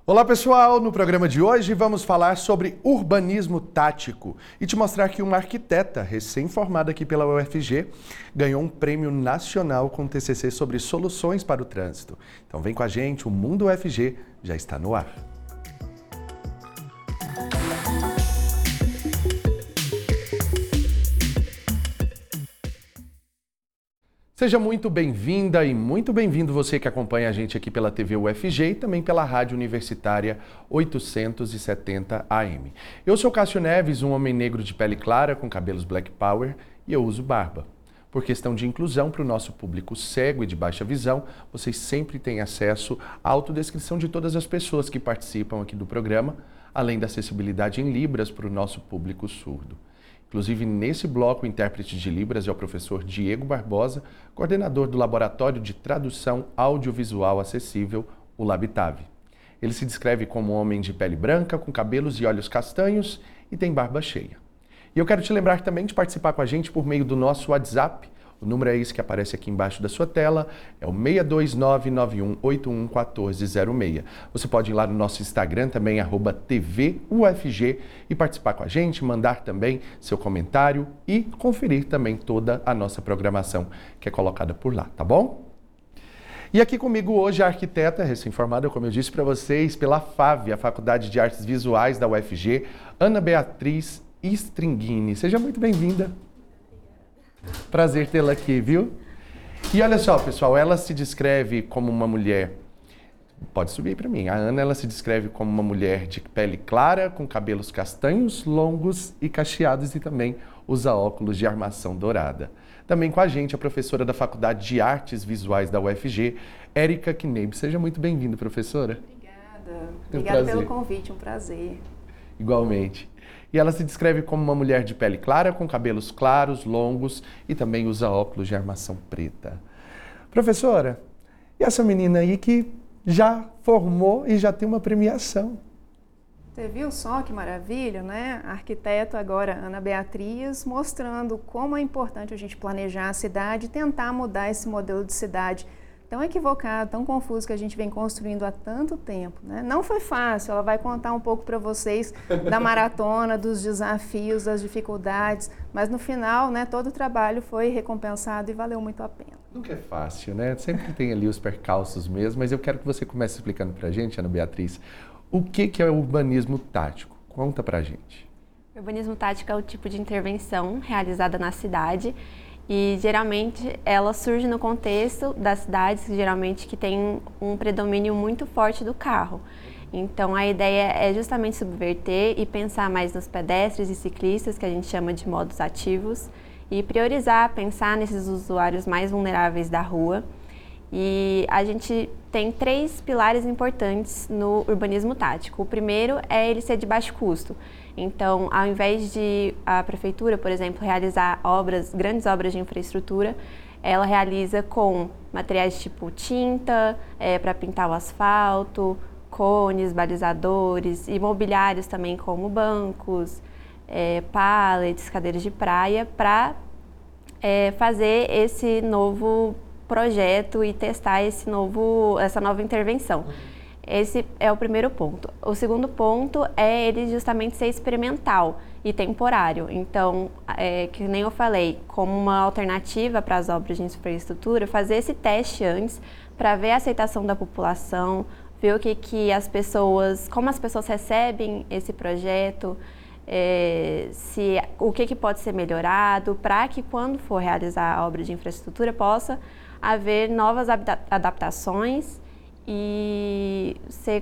Olá pessoal, no programa de hoje vamos falar sobre urbanismo tático e te mostrar que uma arquiteta recém-formada aqui pela UFG ganhou um prêmio nacional com TCC sobre soluções para o trânsito. Então vem com a gente, o Mundo UFG já está no ar. Seja muito bem-vinda e muito bem-vindo você que acompanha a gente aqui pela TV UFG e também pela Rádio Universitária 870 AM. Eu sou Cássio Neves, um homem negro de pele clara com cabelos black power e eu uso barba. Por questão de inclusão para o nosso público cego e de baixa visão, vocês sempre têm acesso à autodescrição de todas as pessoas que participam aqui do programa, além da acessibilidade em Libras para o nosso público surdo. Inclusive, nesse bloco, o intérprete de Libras é o professor Diego Barbosa, coordenador do Laboratório de Tradução Audiovisual Acessível, o Labitave. Ele se descreve como um homem de pele branca, com cabelos e olhos castanhos e tem barba cheia. E eu quero te lembrar também de participar com a gente por meio do nosso WhatsApp. O número é esse que aparece aqui embaixo da sua tela, é o 62991811406. Você pode ir lá no nosso Instagram também, @TVUFG, e participar com a gente, mandar também seu comentário e conferir também toda a nossa programação que é colocada por lá, tá bom? E aqui comigo hoje a arquiteta recém-formada, como eu disse para vocês, pela FAV, a Faculdade de Artes Visuais da UFG, Ana Beatriz Stringini. Seja muito bem-vinda. Prazer tê-la aqui, viu? E olha só, pessoal, ela se descreve como uma mulher... Pode subir para mim. A Ana, ela se descreve como uma mulher de pele clara, com cabelos castanhos, longos e cacheados e também usa óculos de armação dourada. Também com a gente, a professora da Faculdade de Artes Visuais da UFG, Érica Kneib. Seja muito bem-vinda, professora. Obrigada. Obrigada pelo convite, um prazer. Igualmente. E ela se descreve como uma mulher de pele clara, com cabelos claros, longos e também usa óculos de armação preta. Professora, e essa menina aí que já formou e já tem uma premiação? Você viu só que maravilha, né? A arquiteta agora, Ana Beatriz, mostrando como é importante a gente planejar a cidade e tentar mudar esse modelo de cidade tão equivocado, tão confuso que a gente vem construindo há tanto tempo, né? Não foi fácil, ela vai contar um pouco para vocês da maratona, dos desafios, das dificuldades, mas no final, né, todo o trabalho foi recompensado e valeu muito a pena. Nunca é fácil, né? Sempre tem ali os percalços mesmo, mas eu quero que você comece explicando para a gente, Ana Beatriz, o que é o urbanismo tático? Conta para a gente. O urbanismo tático é o tipo de intervenção realizada na cidade e geralmente ela surge no contexto das cidades, geralmente que tem um predomínio muito forte do carro. Então a ideia é justamente subverter e pensar mais nos pedestres e ciclistas, que a gente chama de modos ativos, e priorizar, pensar nesses usuários mais vulneráveis da rua. E a gente tem 3 pilares importantes no urbanismo tático. O primeiro é ele ser de baixo custo. Então, ao invés de a prefeitura, por exemplo, realizar grandes obras de infraestrutura, ela realiza com materiais tipo tinta, para pintar o asfalto, cones, balizadores, e mobiliários também como bancos, pallets, cadeiras de praia, para fazer esse novo projeto e testar essa nova intervenção. Esse é o primeiro ponto. O segundo ponto é ele justamente ser experimental e temporário. Então, que nem eu falei, como uma alternativa para as obras de infraestrutura, fazer esse teste antes para ver a aceitação da população, ver como as pessoas recebem esse projeto, o que pode ser melhorado, para que quando for realizar a obra de infraestrutura possa haver novas adaptações e ser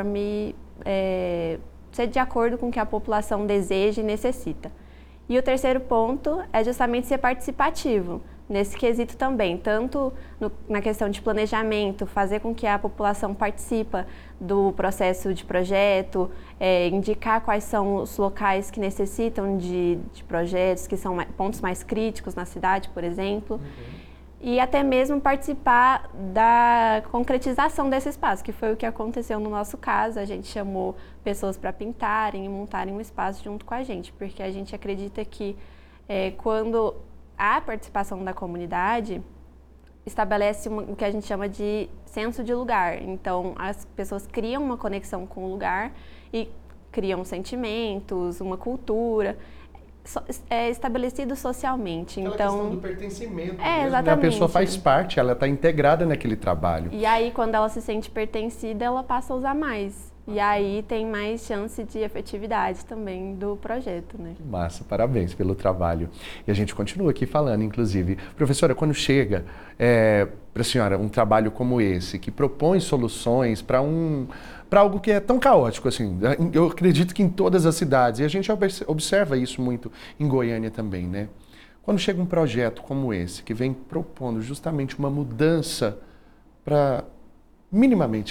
de acordo com o que a população deseja e necessita. E o terceiro ponto é justamente ser participativo, nesse quesito também, tanto na questão de planejamento, fazer com que a população participe do processo de projeto, indicar quais são os locais que necessitam de projetos, que são pontos mais críticos na cidade, por exemplo. Uhum. E até mesmo participar da concretização desse espaço, que foi o que aconteceu no nosso caso. A gente chamou pessoas para pintarem e montarem um espaço junto com a gente, porque a gente acredita que quando há participação da comunidade, estabelece o que a gente chama de senso de lugar. Então, as pessoas criam uma conexão com o lugar e criam sentimentos, uma cultura. É estabelecido socialmente. Aquela então, questão do pertencimento mesmo, exatamente. A pessoa faz parte, ela está integrada naquele trabalho. E aí, quando ela se sente pertencida, ela passa a usar mais. E aí tem mais chance de efetividade também do projeto, né? Massa, parabéns pelo trabalho. E a gente continua aqui falando, inclusive. Professora, quando chega para a senhora um trabalho como esse, que propõe soluções para algo que é tão caótico assim, eu acredito que em todas as cidades, e a gente observa isso muito em Goiânia também, né? Quando chega um projeto como esse, que vem propondo justamente uma mudança para minimamente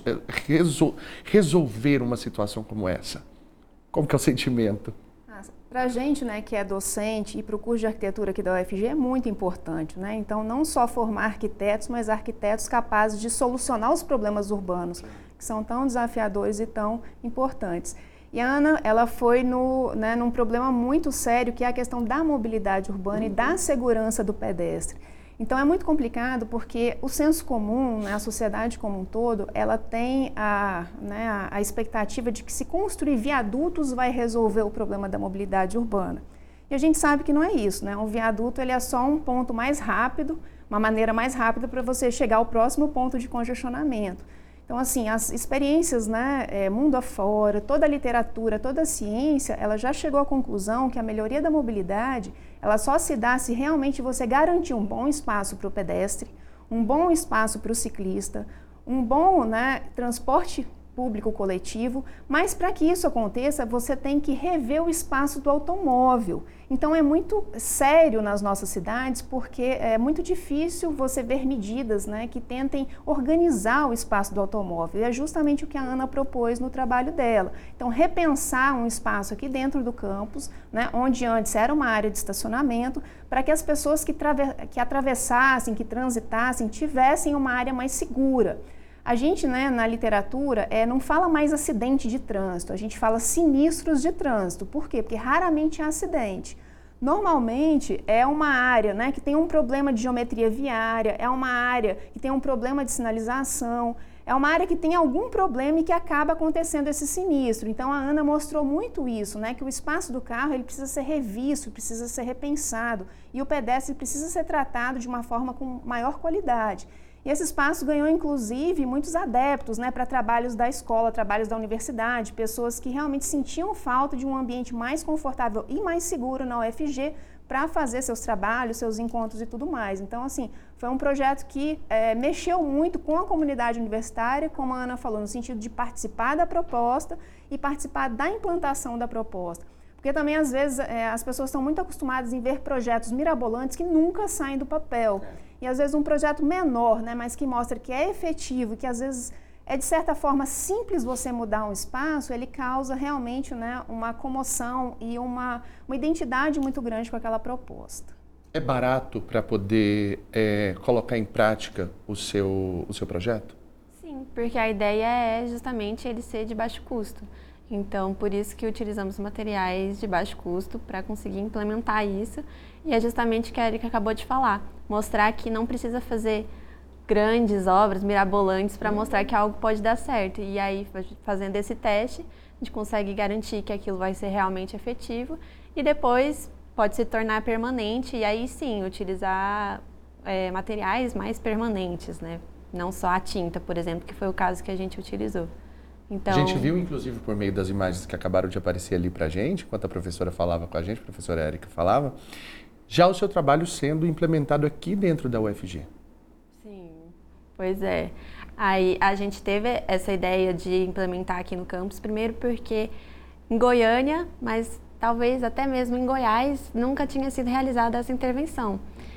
resolver uma situação como essa, como que é o sentimento? Para a gente, né, que é docente e para o curso de arquitetura aqui da UFG é muito importante, né? Então, não só formar arquitetos, mas arquitetos capazes de solucionar os problemas urbanos, que são tão desafiadores e tão importantes. E a Ana, ela foi num problema muito sério, que é a questão da mobilidade urbana e da segurança do pedestre. Então, é muito complicado porque o senso comum, né, a sociedade como um todo, ela tem a expectativa de que se construir viadutos vai resolver o problema da mobilidade urbana. E a gente sabe que não é isso, né? Um viaduto ele é só um ponto mais rápido, uma maneira mais rápida para você chegar ao próximo ponto de congestionamento. Então, assim, as experiências, né, mundo afora, toda a literatura, toda a ciência, ela já chegou à conclusão que a melhoria da mobilidade, ela só se dá se realmente você garantir um bom espaço para o pedestre, um bom espaço para o ciclista, um bom, né, transporte público coletivo, mas para que isso aconteça, você tem que rever o espaço do automóvel. Então, é muito sério nas nossas cidades, porque é muito difícil você ver medidas, né, que tentem organizar o espaço do automóvel. E é justamente o que a Ana propôs no trabalho dela. Então, repensar um espaço aqui dentro do campus, né, onde antes era uma área de estacionamento, para que as pessoas que atravessassem, que transitassem, tivessem uma área mais segura. A gente, né, na literatura, não fala mais acidente de trânsito, a gente fala sinistros de trânsito. Por quê? Porque raramente há acidente. Normalmente é uma área, né, que tem um problema de geometria viária, é uma área que tem um problema de sinalização, é uma área que tem algum problema e que acaba acontecendo esse sinistro. Então a Ana mostrou muito isso, né, que o espaço do carro ele precisa ser revisto, precisa ser repensado e o pedestre precisa ser tratado de uma forma com maior qualidade. E esse espaço ganhou, inclusive, muitos adeptos, né, para trabalhos da escola, trabalhos da universidade, pessoas que realmente sentiam falta de um ambiente mais confortável e mais seguro na UFG para fazer seus trabalhos, seus encontros e tudo mais. Então, assim, foi um projeto que mexeu muito com a comunidade universitária, como a Ana falou, no sentido de participar da proposta e participar da implantação da proposta. Porque também, às vezes, as pessoas estão muito acostumadas em ver projetos mirabolantes que nunca saem do papel. E, às vezes, um projeto menor, né, mas que mostra que é efetivo, que, às vezes, é, de certa forma, simples você mudar um espaço, ele causa realmente, né, uma comoção e uma identidade muito grande com aquela proposta. É barato para poder colocar em prática o seu projeto? Sim, porque a ideia é justamente ele ser de baixo custo. Então, por isso que utilizamos materiais de baixo custo para conseguir implementar isso. E é justamente o que a Erika acabou de falar, mostrar que não precisa fazer grandes obras mirabolantes para mostrar que algo pode dar certo. E aí, fazendo esse teste, a gente consegue garantir que aquilo vai ser realmente efetivo e depois pode se tornar permanente e aí sim, utilizar materiais mais permanentes, né? Não só a tinta, por exemplo, que foi o caso que a gente utilizou. Então, a gente viu, inclusive, por meio das imagens que acabaram de aparecer ali para a gente, enquanto a professora falava com a gente, a professora Erika falava, já o seu trabalho sendo implementado aqui dentro da UFG. Sim, pois é. Aí a gente teve essa ideia de implementar aqui no campus, primeiro porque em Goiânia, mas talvez até mesmo em Goiás, nunca tinha sido realizada essa intervenção.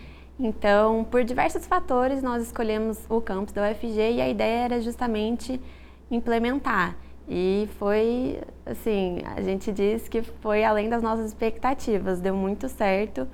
Então, por diversos fatores, nós escolhemos o campus da UFG e a ideia era justamente implementar. E foi, assim, a gente diz que foi além das nossas expectativas, deu muito certo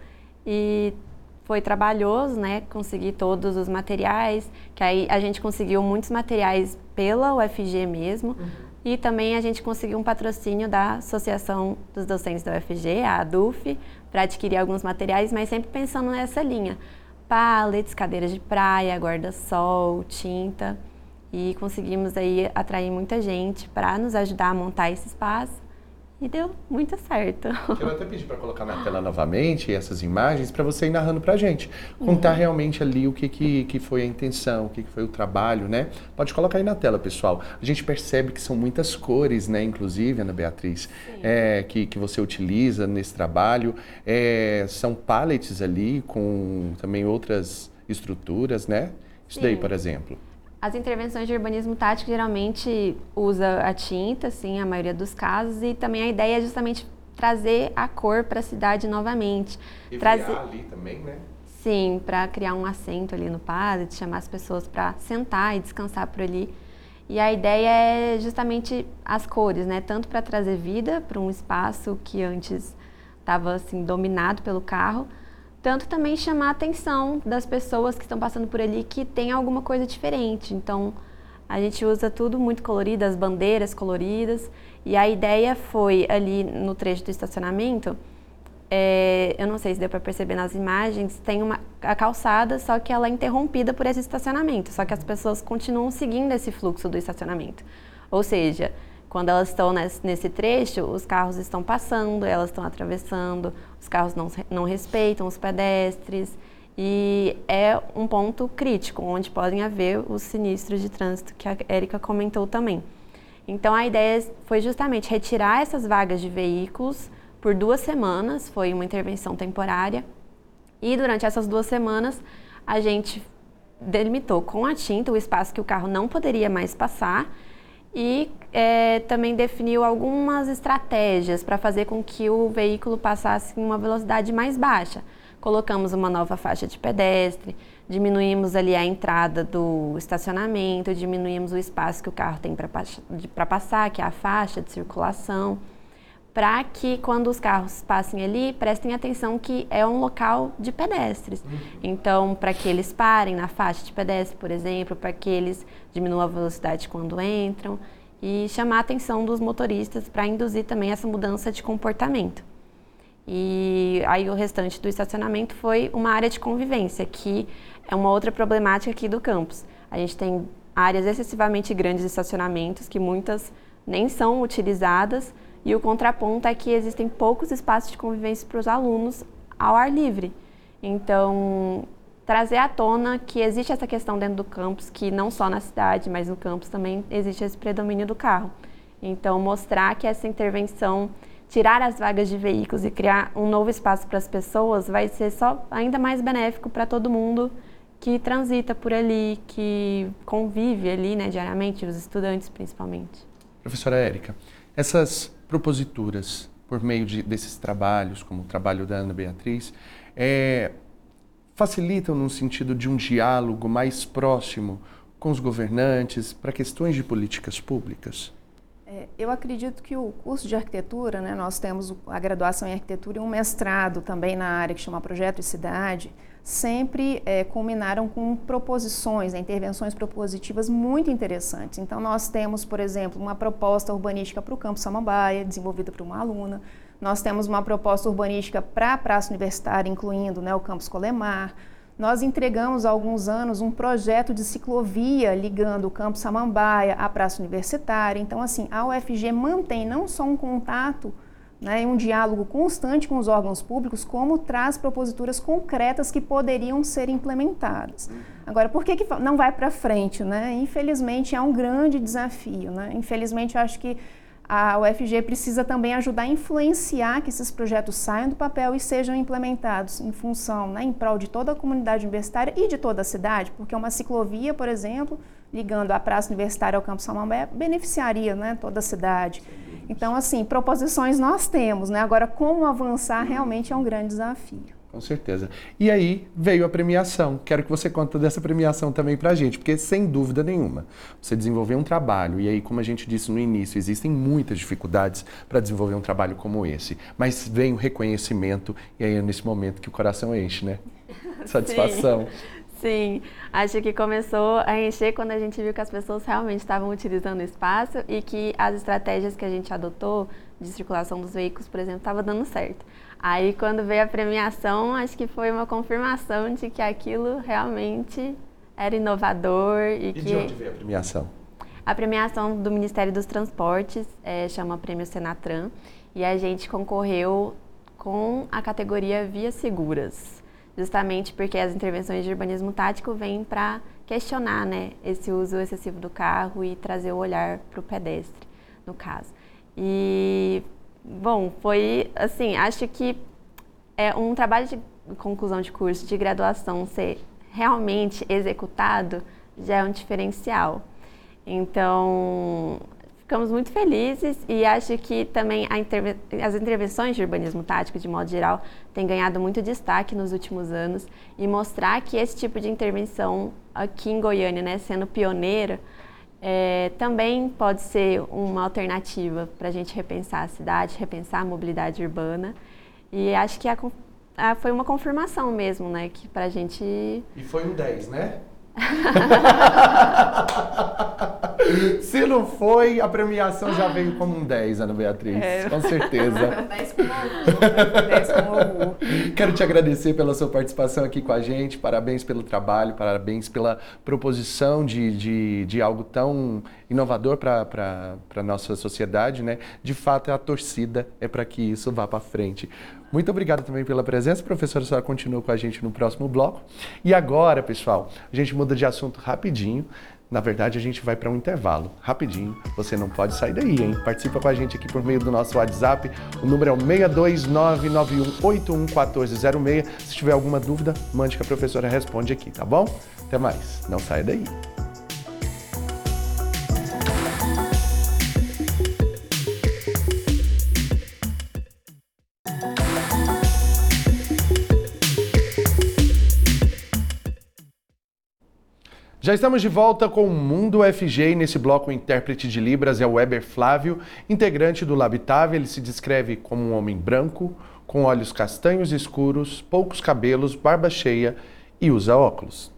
e foi trabalhoso, né, conseguir todos os materiais, que aí a gente conseguiu muitos materiais pela UFG mesmo, e também a gente conseguiu um patrocínio da Associação dos Docentes da UFG, a ADUF, para adquirir alguns materiais, mas sempre pensando nessa linha, pallets, cadeiras de praia, guarda-sol, tinta. E conseguimos aí atrair muita gente para nos ajudar a montar esse espaço. E deu muito certo. Quero até pedir para colocar na tela novamente essas imagens para você ir narrando para a gente. Contar realmente ali o que foi a intenção, o que foi o trabalho, né? Pode colocar aí na tela, pessoal. A gente percebe que são muitas cores, né? Inclusive, Ana Beatriz, que você utiliza nesse trabalho. São pallets ali com também outras estruturas, né? Isso daí, por exemplo. As intervenções de urbanismo tático geralmente usa a tinta, assim, a maioria dos casos, e também a ideia é justamente trazer a cor para a cidade novamente. Trazer ali também, né? Sim, para criar um assento ali no pallet, chamar as pessoas para sentar e descansar por ali. E a ideia é justamente as cores, né? Tanto para trazer vida para um espaço que antes estava assim dominado pelo carro, tanto também chamar a atenção das pessoas que estão passando por ali que tem alguma coisa diferente. Então, a gente usa tudo muito colorido, as bandeiras coloridas. E a ideia foi ali no trecho do estacionamento, eu não sei se deu para perceber nas imagens, tem a calçada, só que ela é interrompida por esse estacionamento. Só que as pessoas continuam seguindo esse fluxo do estacionamento. Ou seja, quando elas estão nesse trecho, os carros estão passando, elas estão atravessando, os carros não respeitam os pedestres e é um ponto crítico, onde podem haver os sinistros de trânsito que a Érica comentou também. Então a ideia foi justamente retirar essas vagas de veículos por 2 semanas, foi uma intervenção temporária e durante essas 2 semanas a gente delimitou com a tinta o espaço que o carro não poderia mais passar e também definiu algumas estratégias para fazer com que o veículo passasse em uma velocidade mais baixa. Colocamos uma nova faixa de pedestre, diminuímos ali a entrada do estacionamento, diminuímos o espaço que o carro tem para passar, que é a faixa de circulação, para que quando os carros passem ali, prestem atenção que é um local de pedestres. Então, para que eles parem na faixa de pedestre, por exemplo, para que eles diminuam a velocidade quando entram e chamar a atenção dos motoristas para induzir também essa mudança de comportamento. E aí o restante do estacionamento foi uma área de convivência, que é uma outra problemática aqui do campus. A gente tem áreas excessivamente grandes de estacionamentos, que muitas nem são utilizadas, e o contraponto é que existem poucos espaços de convivência para os alunos ao ar livre. Então, trazer à tona que existe essa questão dentro do campus, que não só na cidade, mas no campus também existe esse predomínio do carro. Então, mostrar que essa intervenção, tirar as vagas de veículos e criar um novo espaço para as pessoas, vai ser só ainda mais benéfico para todo mundo que transita por ali, que convive ali, né, diariamente, os estudantes principalmente. Professora Érica, essas proposituras por meio desses trabalhos, como o trabalho da Ana Beatriz, facilitam no sentido de um diálogo mais próximo com os governantes para questões de políticas públicas? Eu acredito que o curso de arquitetura, né, nós temos a graduação em arquitetura e um mestrado também na área que chama Projeto e Cidade, sempre culminaram com proposições, intervenções propositivas muito interessantes. Então, nós temos, por exemplo, uma proposta urbanística para o Campus Samambaia, desenvolvida por uma aluna. Nós temos uma proposta urbanística para a Praça Universitária, incluindo, né, o Campus Colemar. Nós entregamos há alguns anos um projeto de ciclovia ligando o Campus Samambaia à Praça Universitária. Então, assim, a UFG mantém não só um contato, né, um diálogo constante com os órgãos públicos, como traz proposituras concretas que poderiam ser implementadas. Agora, por que não vai para frente, né? Infelizmente, é um grande desafio, né? Infelizmente, eu acho que a UFG precisa também ajudar a influenciar que esses projetos saiam do papel e sejam implementados em função, né, em prol de toda a comunidade universitária e de toda a cidade, porque uma ciclovia, por exemplo, ligando a Praça Universitária ao Campus Samambaia, beneficiaria, né, toda a cidade. Então, assim, proposições nós temos, né? Agora, como avançar realmente é um grande desafio. Com certeza. E aí veio a premiação. Quero que você conte dessa premiação também pra gente, porque sem dúvida nenhuma, você desenvolveu um trabalho, e aí, como a gente disse no início, existem muitas dificuldades para desenvolver um trabalho como esse, mas vem o reconhecimento, e aí é nesse momento que o coração enche, né? Satisfação. Sim, acho que começou a encher quando a gente viu que as pessoas realmente estavam utilizando o espaço e que as estratégias que a gente adotou de circulação dos veículos, por exemplo, estava dando certo. Aí, quando veio a premiação, acho que foi uma confirmação de que aquilo realmente era inovador. E de onde veio a premiação? A premiação do Ministério dos Transportes chama Prêmio Senatran e a gente concorreu com a categoria Vias Seguras, justamente porque as intervenções de urbanismo tático vêm para questionar, né, esse uso excessivo do carro e trazer o olhar para o pedestre, no caso. E, bom, foi assim, acho que um trabalho de conclusão de curso, de graduação ser realmente executado já é um diferencial. Então, ficamos muito felizes e acho que também as intervenções de urbanismo tático, de modo geral, têm ganhado muito destaque nos últimos anos e mostrar que esse tipo de intervenção aqui em Goiânia, né, sendo pioneira, também pode ser uma alternativa para a gente repensar a cidade, repensar a mobilidade urbana. E acho que foi uma confirmação mesmo, né, que para a gente... E foi um 10, né? Se não foi, a premiação já veio como um 10, Ana Beatriz, com certeza. 10 com louvor, 10 com louvor. Quero te agradecer pela sua participação aqui com a gente, parabéns pelo trabalho, parabéns pela proposição de algo tão inovador para a nossa sociedade, né? De fato, a torcida é para que isso vá para frente. Muito obrigado também pela presença, professora, a senhora continua com a gente no próximo bloco. E agora, pessoal, a gente muda de assunto rapidinho. Na verdade, a gente vai para um intervalo, rapidinho. Você não pode sair daí, hein? Participa com a gente aqui por meio do nosso WhatsApp. O número é o 62991811406. Se tiver alguma dúvida, mande que a professora responde aqui, tá bom? Até mais. Não saia daí. Já estamos de volta com o Mundo UFG e nesse bloco o intérprete de Libras é o Weber Flávio, integrante do Labitave. Ele se descreve como um homem branco, com olhos castanhos escuros, poucos cabelos, barba cheia e usa óculos.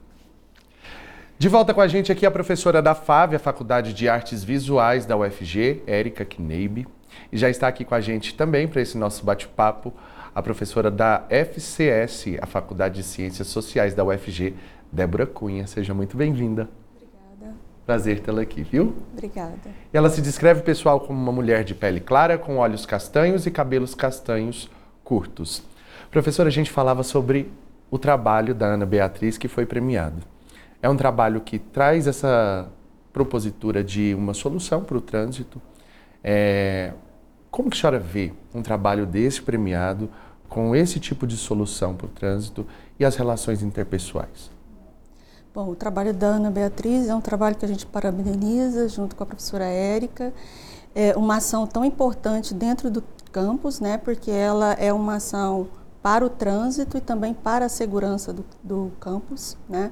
De volta com a gente aqui a professora da FAV, a Faculdade de Artes Visuais da UFG, Érica Kneibe. E já está aqui com a gente também para esse nosso bate-papo a professora da FCS, a Faculdade de Ciências Sociais da UFG, Débora Cunha. Seja muito bem-vinda. Obrigada. Prazer tê-la aqui, viu? Obrigada. Ela se descreve, pessoal, como uma mulher de pele clara, com olhos castanhos e cabelos castanhos curtos. Professora, a gente falava sobre o trabalho da Ana Beatriz, que foi premiado. É um trabalho que traz essa propositura de uma solução para o trânsito. Como que a senhora vê um trabalho desse premiado com esse tipo de solução para o trânsito e as relações interpessoais? Bom, o trabalho da Ana Beatriz é um trabalho que a gente parabeniza junto com a professora Érica. É uma ação tão importante dentro do campus, né, porque ela é uma ação para o trânsito e também para a segurança do campus, né?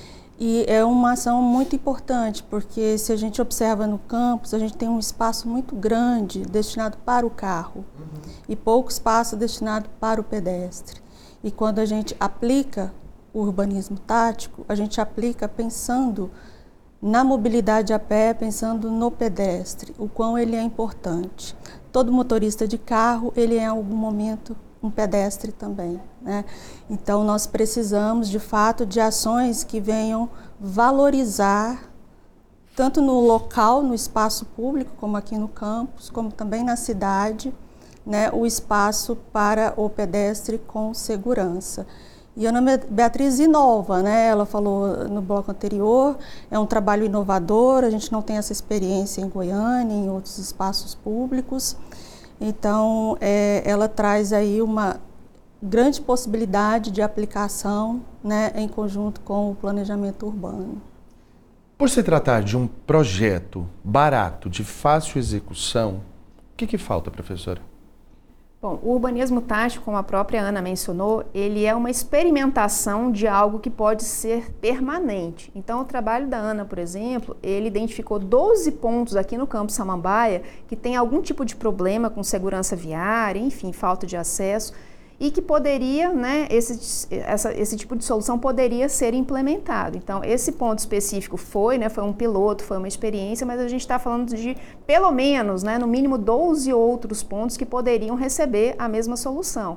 E é uma ação muito importante, porque se a gente observa no campus, a gente tem um espaço muito grande destinado para o carro e pouco espaço destinado para o pedestre. E quando a gente aplica o urbanismo tático, a gente aplica pensando na mobilidade a pé, pensando no pedestre, o quão ele é importante. Todo motorista de carro, ele é em algum momento um pedestre também, né? Então nós precisamos de fato de ações que venham valorizar tanto no local, no espaço público, como aqui no campus, como também na cidade, né, o espaço para o pedestre com segurança. E a Ana Beatriz inova, né? Ela falou no bloco anterior, é um trabalho inovador, a gente não tem essa experiência em Goiânia, em outros espaços públicos. Então, ela traz aí uma grande possibilidade de aplicação, né, em conjunto com o planejamento urbano. Por se tratar de um projeto barato, de fácil execução, o que falta, professora? Bom, o urbanismo tático, como a própria Ana mencionou, ele é uma experimentação de algo que pode ser permanente. Então, o trabalho da Ana, por exemplo, ele identificou 12 pontos aqui no Campus Samambaia que tem algum tipo de problema com segurança viária, enfim, falta de acesso, e que poderia, né, esse tipo de solução poderia ser implementado. Então, esse ponto específico foi um piloto, foi uma experiência, mas a gente está falando de, pelo menos, né, no mínimo 12 outros pontos que poderiam receber a mesma solução.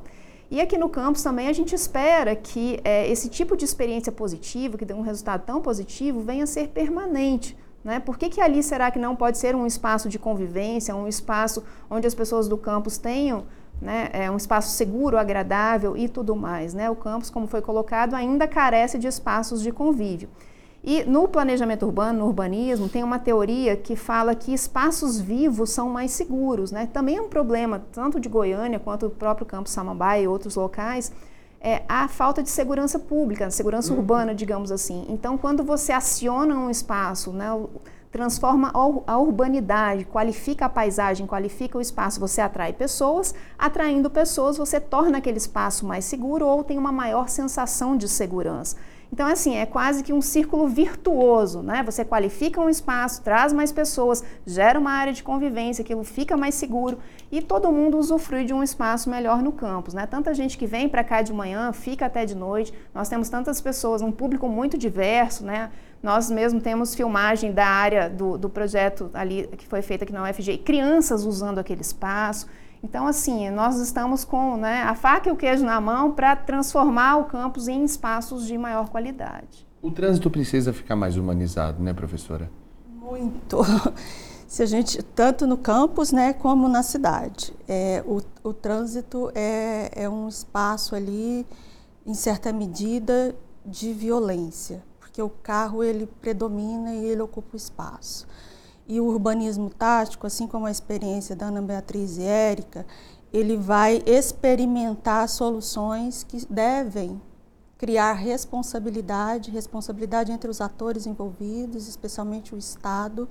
E aqui no campus também a gente espera que esse tipo de experiência positiva, que dê um resultado tão positivo, venha a ser permanente. Né? Por que ali será que não pode ser um espaço de convivência, um espaço onde as pessoas do campus tenham, né, um espaço seguro, agradável e tudo mais, né? O campus, como foi colocado, ainda carece de espaços de convívio. E no planejamento urbano, no urbanismo, tem uma teoria que fala que espaços vivos são mais seguros, né? Também é um problema, tanto de Goiânia quanto do próprio campus Samambaia e outros locais, a falta de segurança pública, segurança urbana, digamos assim. Então, quando você aciona um espaço, né, transforma a urbanidade, qualifica a paisagem, qualifica o espaço, você atrai pessoas, atraindo pessoas, você torna aquele espaço mais seguro ou tem uma maior sensação de segurança. Então, assim, é quase que um círculo virtuoso, né? Você qualifica um espaço, traz mais pessoas, gera uma área de convivência, aquilo fica mais seguro e todo mundo usufrui de um espaço melhor no campus, né? Tanta gente que vem para cá de manhã, fica até de noite, nós temos tantas pessoas, um público muito diverso, né? Nós mesmo temos filmagem da área do projeto ali que foi feito aqui na UFG, crianças usando aquele espaço. Então, assim, nós estamos com, né, a faca e o queijo na mão para transformar o campus em espaços de maior qualidade. O trânsito precisa ficar mais humanizado, né, professora? Muito. Se a gente, tanto no campus, né, como na cidade. O trânsito é um espaço ali, em certa medida, de violência, porque o carro ele predomina e ele ocupa o espaço. E o urbanismo tático, assim como a experiência da Ana Beatriz e Érica, ele vai experimentar soluções que devem criar responsabilidade entre os atores envolvidos, especialmente o Estado,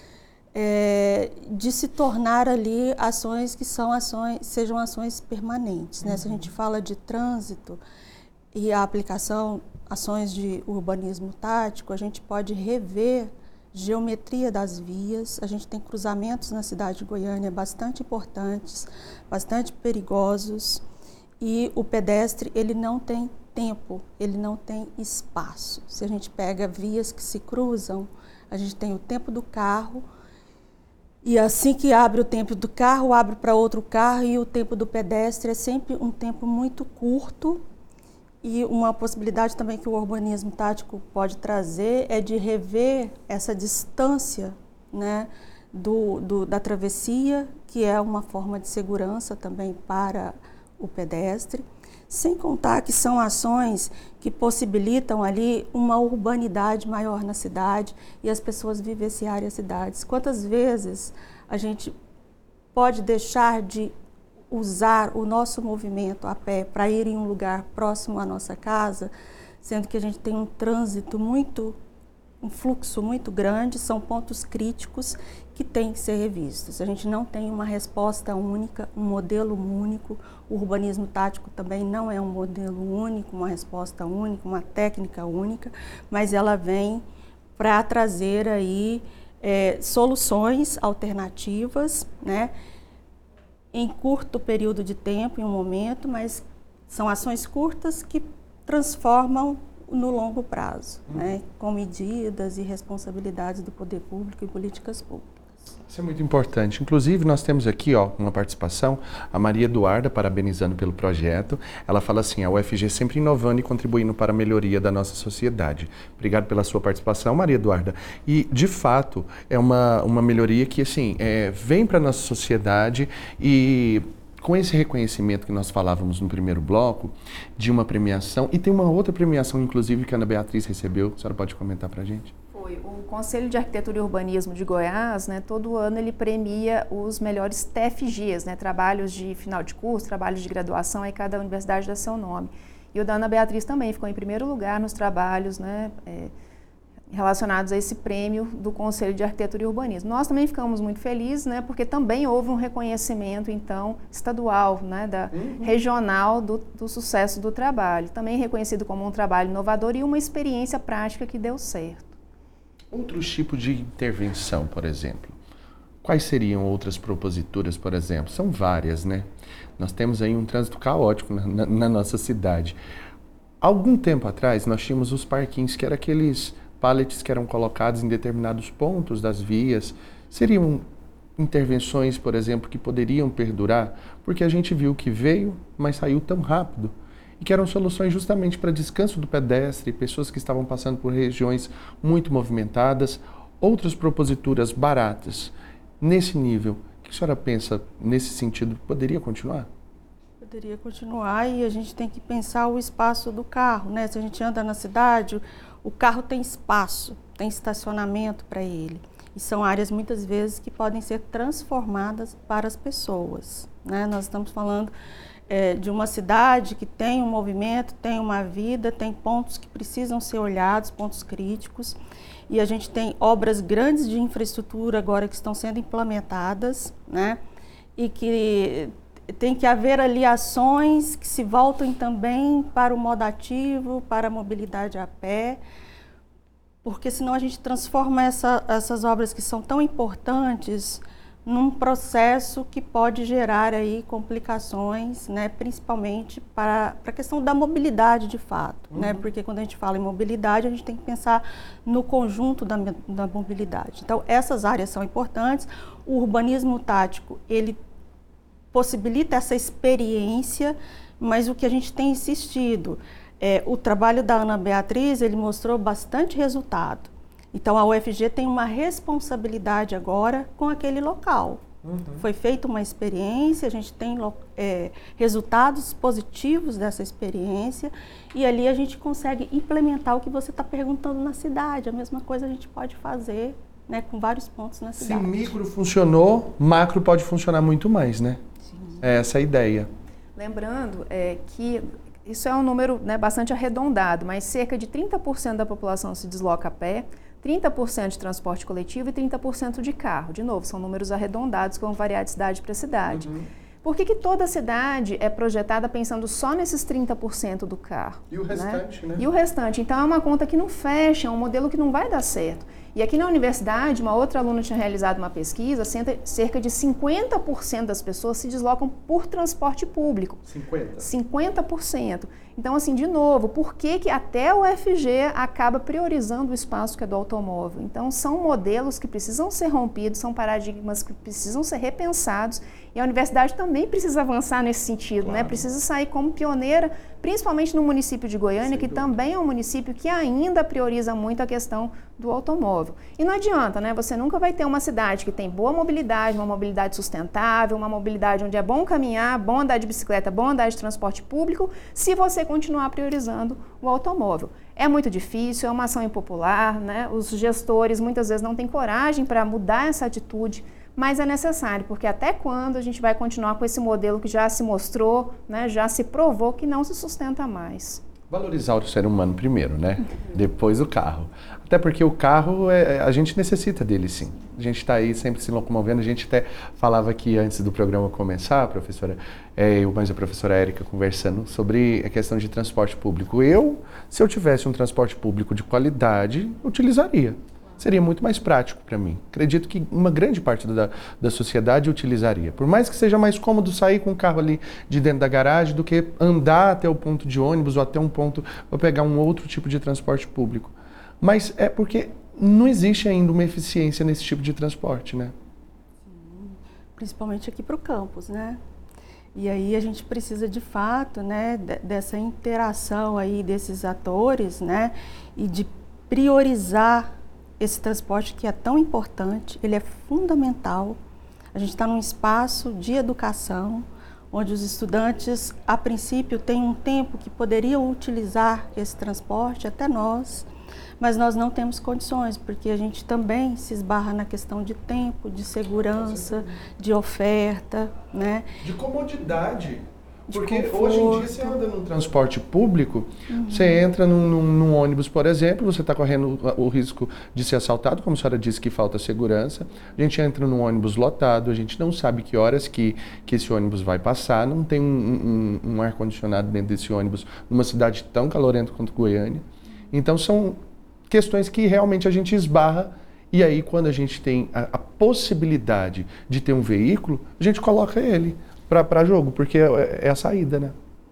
de se tornar ali ações que sejam ações permanentes. Né? Se a gente fala de trânsito e a aplicação, ações de urbanismo tático, a gente pode rever geometria das vias. A gente tem cruzamentos na cidade de Goiânia bastante importantes, bastante perigosos, e o pedestre ele não tem tempo, ele não tem espaço. Se a gente pega vias que se cruzam, a gente tem o tempo do carro, e assim que abre o tempo do carro, abre para outro carro, e o tempo do pedestre é sempre um tempo muito curto. E uma possibilidade também que o urbanismo tático pode trazer é de rever essa distância, né, da travessia, que é uma forma de segurança também para o pedestre, sem contar que são ações que possibilitam ali uma urbanidade maior na cidade e as pessoas vivenciarem as cidades. Quantas vezes a gente pode deixar de usar o nosso movimento a pé para ir em um lugar próximo à nossa casa, sendo que a gente tem um trânsito um fluxo muito grande, são pontos críticos que têm que ser revistos. A gente não tem uma resposta única, um modelo único, o urbanismo tático também não é um modelo único, uma resposta única, uma técnica única, mas ela vem para trazer aí soluções alternativas, né? Em curto período de tempo, em um momento, mas são ações curtas que transformam no longo prazo, né, com medidas e responsabilidades do poder público e políticas públicas. Isso é muito importante. Inclusive, nós temos aqui uma participação, a Maria Eduarda, parabenizando pelo projeto. Ela fala assim, a UFG sempre inovando e contribuindo para a melhoria da nossa sociedade. Obrigado pela sua participação, Maria Eduarda. E, de fato, é uma melhoria que, assim, vem para a nossa sociedade e com esse reconhecimento que nós falávamos no primeiro bloco, de uma premiação, e tem uma outra premiação, inclusive, que a Ana Beatriz recebeu, a senhora pode comentar para a gente? O Conselho de Arquitetura e Urbanismo de Goiás, né, todo ano ele premia os melhores TFGs, né, trabalhos de final de curso, trabalhos de graduação, aí cada universidade dá seu nome. E o da Ana Beatriz também ficou em primeiro lugar nos trabalhos, né, relacionados a esse prêmio do Conselho de Arquitetura e Urbanismo. Nós também ficamos muito felizes, né, porque também houve um reconhecimento, então, estadual, né, regional do sucesso do trabalho. Também reconhecido como um trabalho inovador e uma experiência prática que deu certo. Outros tipos de intervenção, por exemplo. Quais seriam outras proposituras, por exemplo? São várias, né? Nós temos aí um trânsito caótico na nossa cidade. Algum tempo atrás, nós tínhamos os parquinhos, que eram aqueles pallets que eram colocados em determinados pontos das vias. Seria intervenções, por exemplo, que poderiam perdurar? Porque a gente viu que veio, mas saiu tão rápido. E que eram soluções justamente para descanso do pedestre, pessoas que estavam passando por regiões muito movimentadas, outras proposituras baratas. Nesse nível, o que a senhora pensa nesse sentido? Poderia continuar? Poderia continuar, e a gente tem que pensar o espaço do carro, né? Se a gente anda na cidade, o carro tem espaço, tem estacionamento para ele. E são áreas muitas vezes que podem ser transformadas para as pessoas, né? Nós estamos falando de uma cidade que tem um movimento, tem uma vida, tem pontos que precisam ser olhados, pontos críticos. E a gente tem obras grandes de infraestrutura agora que estão sendo implementadas, né? E que tem que haver ali ações que se voltem também para o modo ativo, para a mobilidade a pé, porque senão a gente transforma essas obras que são tão importantes num processo que pode gerar aí complicações, né, principalmente para a questão da mobilidade de fato, né, porque quando a gente fala em mobilidade, a gente tem que pensar no conjunto da mobilidade. Então, essas áreas são importantes. O urbanismo tático, ele possibilita essa experiência, mas o que a gente tem insistido, o trabalho da Ana Beatriz, ele mostrou bastante resultado. Então, a UFG tem uma responsabilidade agora com aquele local. Foi feita uma experiência, a gente tem resultados positivos dessa experiência, e ali a gente consegue implementar o que você está perguntando na cidade. A mesma coisa a gente pode fazer, né, com vários pontos na cidade. Se micro funcionou, macro pode funcionar muito mais, né? É essa a ideia. Lembrando que isso é um número, né, bastante arredondado, mas cerca de 30% da população se desloca a pé, 30% de transporte coletivo e 30% de carro. De novo, são números arredondados que vão variar de cidade para cidade. Por que toda cidade é projetada pensando só nesses 30% do carro? E o restante, né? E o restante. Então, é uma conta que não fecha, é um modelo que não vai dar certo. E aqui na universidade, uma outra aluna tinha realizado uma pesquisa, cerca de 50% das pessoas se deslocam por transporte público. 50%. Então, assim, de novo, por que até o UFG acaba priorizando o espaço que é do automóvel? Então, são modelos que precisam ser rompidos, são paradigmas que precisam ser repensados, e a universidade também precisa avançar nesse sentido, claro, né? Precisa sair como pioneira, principalmente no município de Goiânia, que também é um município que ainda prioriza muito a questão do automóvel. E não adianta, né? Você nunca vai ter uma cidade que tem boa mobilidade, uma mobilidade sustentável, uma mobilidade onde é bom caminhar, bom andar de bicicleta, bom andar de transporte público, se você continuar priorizando o automóvel. É muito difícil, é uma ação impopular, né? Os gestores muitas vezes não têm coragem para mudar essa atitude, mas é necessário, porque até quando a gente vai continuar com esse modelo que já se mostrou, né, já se provou que não se sustenta mais? Valorizar o ser humano primeiro, né? Depois o carro. Até porque o carro, a gente necessita dele, sim. A gente está aí sempre se locomovendo. A gente até falava aqui antes do programa começar, professora, eu mais a professora Érica conversando sobre a questão de transporte público. Se eu tivesse um transporte público de qualidade, utilizaria. Seria muito mais prático para mim. Acredito que uma grande parte da sociedade utilizaria. Por mais que seja mais cômodo sair com o carro ali de dentro da garagem do que andar até o ponto de ônibus ou até um ponto para pegar um outro tipo de transporte público. Mas é porque não existe ainda uma eficiência nesse tipo de transporte, né? Sim, principalmente aqui para o campus, né? E aí a gente precisa de fato, né, dessa interação aí desses atores, né, e de priorizar esse transporte que é tão importante, ele é fundamental. A gente está num espaço de educação, onde os estudantes, a princípio, têm um tempo que poderiam utilizar esse transporte, até nós, mas nós não temos condições, porque a gente também se esbarra na questão de tempo, de segurança, de oferta, né? De comodidade. Porque hoje em dia você anda num transporte público, você entra num ônibus, por exemplo, você está correndo o risco de ser assaltado, como a senhora disse que falta segurança. A gente entra num ônibus lotado, a gente não sabe que horas que esse ônibus vai passar, não tem um ar-condicionado dentro desse ônibus numa cidade tão calorenta quanto Goiânia. Então são questões que realmente a gente esbarra, e aí quando a gente tem a possibilidade de ter um veículo, a gente coloca ele para jogo, porque é a saída, né?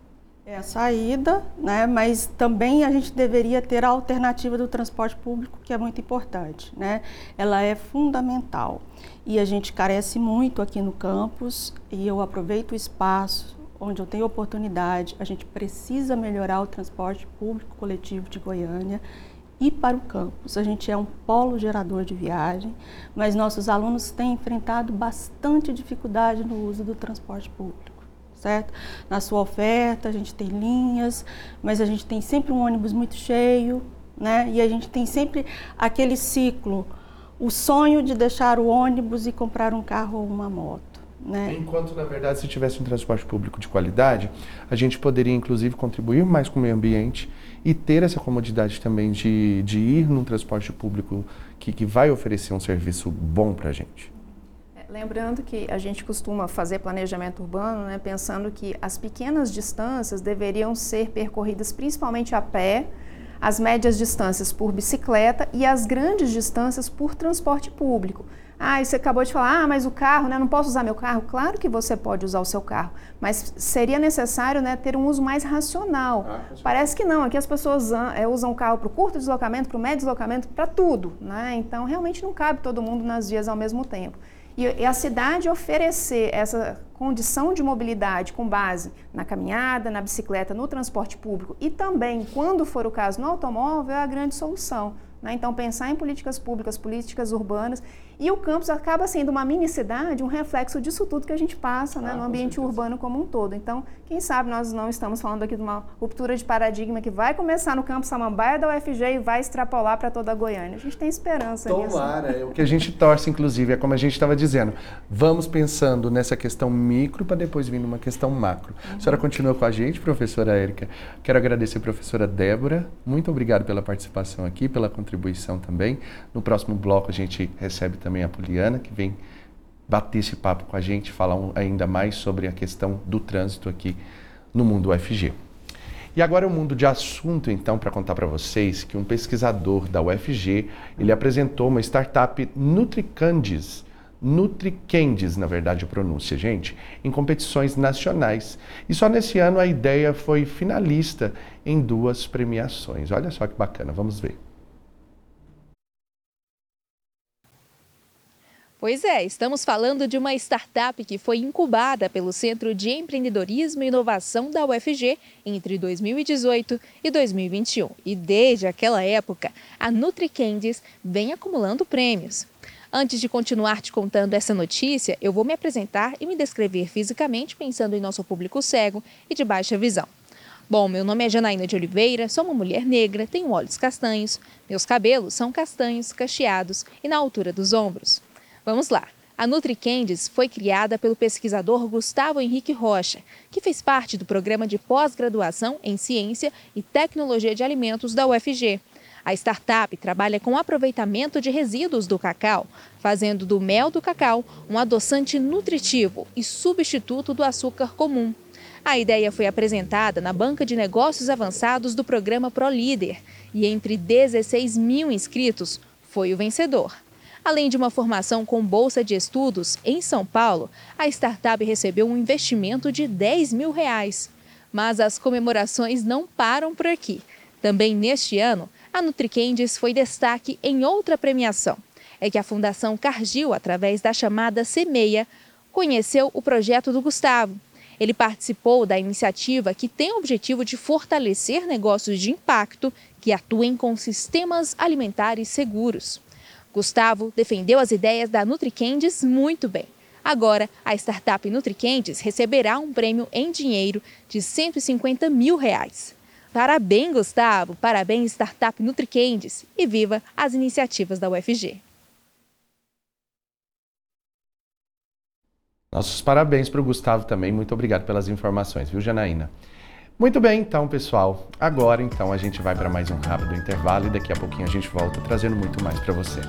É a saída, né? Mas também a gente deveria ter a alternativa do transporte público, que é muito importante, né? Ela é fundamental e a gente carece muito aqui no campus, e eu aproveito o espaço onde eu tenho oportunidade. A gente precisa melhorar o transporte público coletivo de Goiânia e para o campus. A gente é um polo gerador de viagem, mas nossos alunos têm enfrentado bastante dificuldade no uso do transporte público. Certo? Na sua oferta, a gente tem linhas, mas a gente tem sempre um ônibus muito cheio, né? E a gente tem sempre aquele ciclo, o sonho de deixar o ônibus e comprar um carro ou uma moto, né? Enquanto, na verdade, se tivesse um transporte público de qualidade, a gente poderia, inclusive, contribuir mais com o meio ambiente e ter essa comodidade também de ir num transporte público que vai oferecer um serviço bom para a gente. Lembrando que a gente costuma fazer planejamento urbano, né, pensando que as pequenas distâncias deveriam ser percorridas principalmente a pé, as médias distâncias por bicicleta e as grandes distâncias por transporte público. Ah, e você acabou de falar, mas o carro, né, não posso usar meu carro? Claro que você pode usar o seu carro, mas seria necessário, né, ter um uso mais racional. Parece que não, aqui as pessoas usam o carro para o curto deslocamento, para o médio deslocamento, para tudo, né? Então realmente não cabe todo mundo nas vias ao mesmo tempo. E a cidade oferecer essa condição de mobilidade com base na caminhada, na bicicleta, no transporte público e também, quando for o caso, no automóvel, é a grande solução, né? Então, pensar em políticas públicas, políticas urbanas, e o campus acaba sendo uma mini-cidade, um reflexo disso tudo que a gente passa, né, no ambiente urbano como um todo. Então, quem sabe nós não estamos falando aqui de uma ruptura de paradigma que vai começar no campus Samambaia da UFG e vai extrapolar para toda a Goiânia. A gente tem esperança nisso. Tomara, é o que a gente torce, inclusive, é como a gente estava dizendo, vamos pensando nessa questão micro para depois vir numa questão macro. A senhora continua com a gente, professora Érica. Quero agradecer a professora Débora, muito obrigado pela participação aqui, pela contribuição também. No próximo bloco a gente recebe também a Poliana, que vem bater esse papo com a gente, falar ainda mais sobre a questão do trânsito aqui no mundo UFG. E agora o mundo de assunto, então, para contar para vocês que um pesquisador da UFG, ele apresentou uma startup NutriCandies, na verdade a pronúncia, gente, em competições nacionais. E só nesse ano a ideia foi finalista em 2 premiações. Olha só que bacana, vamos ver. Pois é, estamos falando de uma startup que foi incubada pelo Centro de Empreendedorismo e Inovação da UFG entre 2018 e 2021. E desde aquela época, a NutriCandies vem acumulando prêmios. Antes de continuar te contando essa notícia, eu vou me apresentar e me descrever fisicamente, pensando em nosso público cego e de baixa visão. Bom, meu nome é Janaína de Oliveira, sou uma mulher negra, tenho olhos castanhos, meus cabelos são castanhos, cacheados e na altura dos ombros. Vamos lá. A NutriCandies foi criada pelo pesquisador Gustavo Henrique Rocha, que fez parte do programa de pós-graduação em Ciência e Tecnologia de Alimentos da UFG. A startup trabalha com o aproveitamento de resíduos do cacau, fazendo do mel do cacau um adoçante nutritivo e substituto do açúcar comum. A ideia foi apresentada na Banca de Negócios Avançados do programa ProLíder e entre 16 mil inscritos foi o vencedor. Além de uma formação com bolsa de estudos em São Paulo, a startup recebeu um investimento de R$10 mil. Mas as comemorações não param por aqui. Também neste ano, a NutriCandies foi destaque em outra premiação. É que a Fundação Cargill, através da chamada Semeia, conheceu o projeto do Gustavo. Ele participou da iniciativa que tem o objetivo de fortalecer negócios de impacto que atuem com sistemas alimentares seguros. Gustavo defendeu as ideias da NutriCandies muito bem. Agora, a startup NutriCandies receberá um prêmio em dinheiro de R$150 mil. Parabéns, Gustavo! Parabéns, startup NutriCandies! E viva as iniciativas da UFG! Nossos parabéns para o Gustavo também. Muito obrigado pelas informações, viu, Janaína? Muito bem, então, pessoal. Agora, então, a gente vai para mais um rápido intervalo e daqui a pouquinho a gente volta trazendo muito mais para você.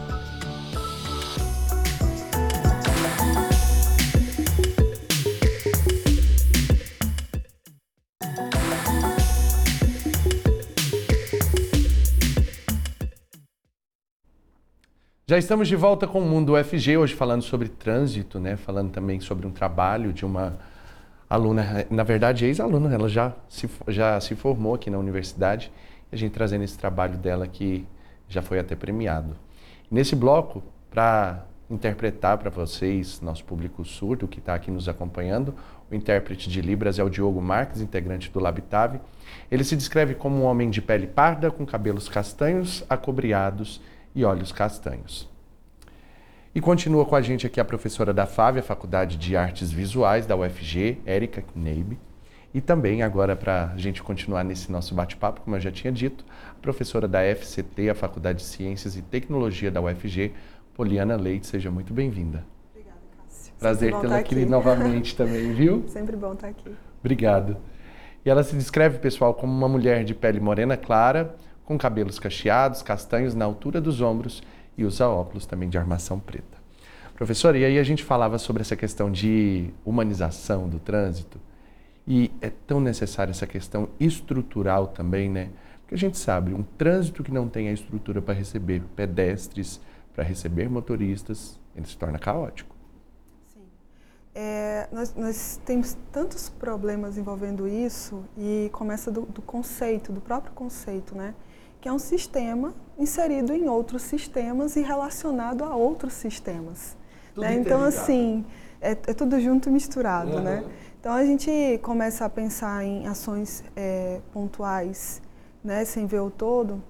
Já estamos de volta com o Mundo UFG, hoje falando sobre trânsito, né? Falando também sobre um trabalho de uma aluna, na verdade ex-aluna, ela já se formou aqui na universidade, e a gente trazendo esse trabalho dela que já foi até premiado. Nesse bloco, para interpretar para vocês, nosso público surdo que está aqui nos acompanhando, o intérprete de Libras é o Diogo Marques, integrante do Labitave. Ele se descreve como um homem de pele parda, com cabelos castanhos, acobreados e olhos castanhos. E continua com a gente aqui a professora da FAV, a Faculdade de Artes Visuais da UFG, Érica Kneibe. E também, agora, para a gente continuar nesse nosso bate-papo, como eu já tinha dito, a professora da FCT, a Faculdade de Ciências e Tecnologia da UFG, Poliana Leite. Seja muito bem-vinda. Obrigada, Cássio. Prazer tê-la aqui novamente também, viu? Sempre bom estar aqui. Obrigado. E ela se descreve, pessoal, como uma mulher de pele morena clara, com cabelos cacheados, castanhos na altura dos ombros e usa óculos também de armação preta. Professora, e aí a gente falava sobre essa questão de humanização do trânsito, e é tão necessária essa questão estrutural também, né? Porque a gente sabe, um trânsito que não tem a estrutura para receber pedestres, para receber motoristas, ele se torna caótico. Sim. Nós temos tantos problemas envolvendo isso e começa do conceito, do próprio conceito, né? Que é um sistema inserido em outros sistemas e relacionado a outros sistemas. Né? Então, assim, é tudo junto e misturado, né? Então, a gente começa a pensar em ações pontuais, né? Sem ver o todo,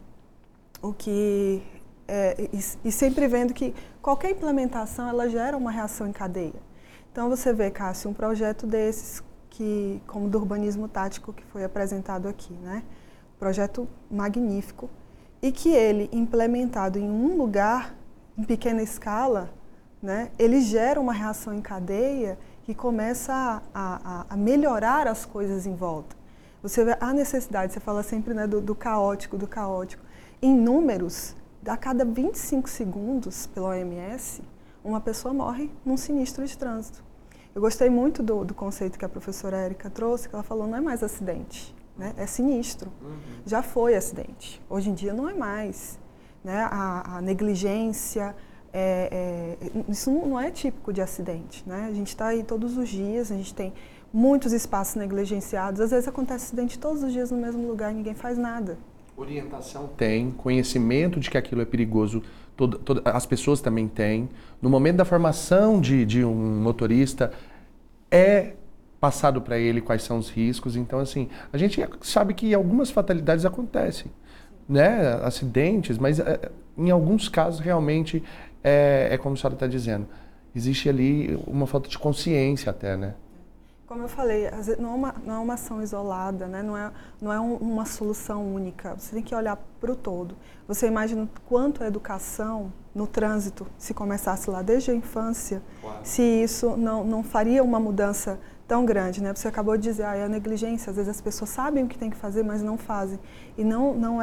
e sempre vendo que qualquer implementação, ela gera uma reação em cadeia. Então, você vê, Cássio, um projeto desses, como do urbanismo tático que foi apresentado aqui, né? Projeto magnífico, e que ele, implementado em um lugar, em pequena escala, né, ele gera uma reação em cadeia que começa a melhorar as coisas em volta. Você vê a necessidade, você fala sempre, né, do caótico. Em números, a cada 25 segundos, pela OMS, uma pessoa morre num sinistro de trânsito. Eu gostei muito do conceito que a professora Érica trouxe, que ela falou, não é mais acidente. Né? É sinistro. Já foi acidente. Hoje em dia não é mais. Né? A negligência, isso não é típico de acidente. Né? A gente está aí todos os dias, a gente tem muitos espaços negligenciados. Às vezes acontece acidente todos os dias no mesmo lugar e ninguém faz nada. Orientação tem, conhecimento de que aquilo é perigoso, as pessoas também têm. No momento da formação de um motorista, passado para ele quais são os riscos. Então, assim, a gente sabe que algumas fatalidades acontecem, né? Acidentes, mas em alguns casos realmente é como a senhora está dizendo, existe ali uma falta de consciência até, né? Como eu falei, não é uma ação isolada, né? Não é uma solução única. Você tem que olhar para o todo. Você imagina quanto a educação no trânsito, se começasse lá desde a infância, claro, se isso não faria uma mudança tão grande, né? Você acabou de dizer, é a negligência. Às vezes as pessoas sabem o que tem que fazer, mas não fazem. E não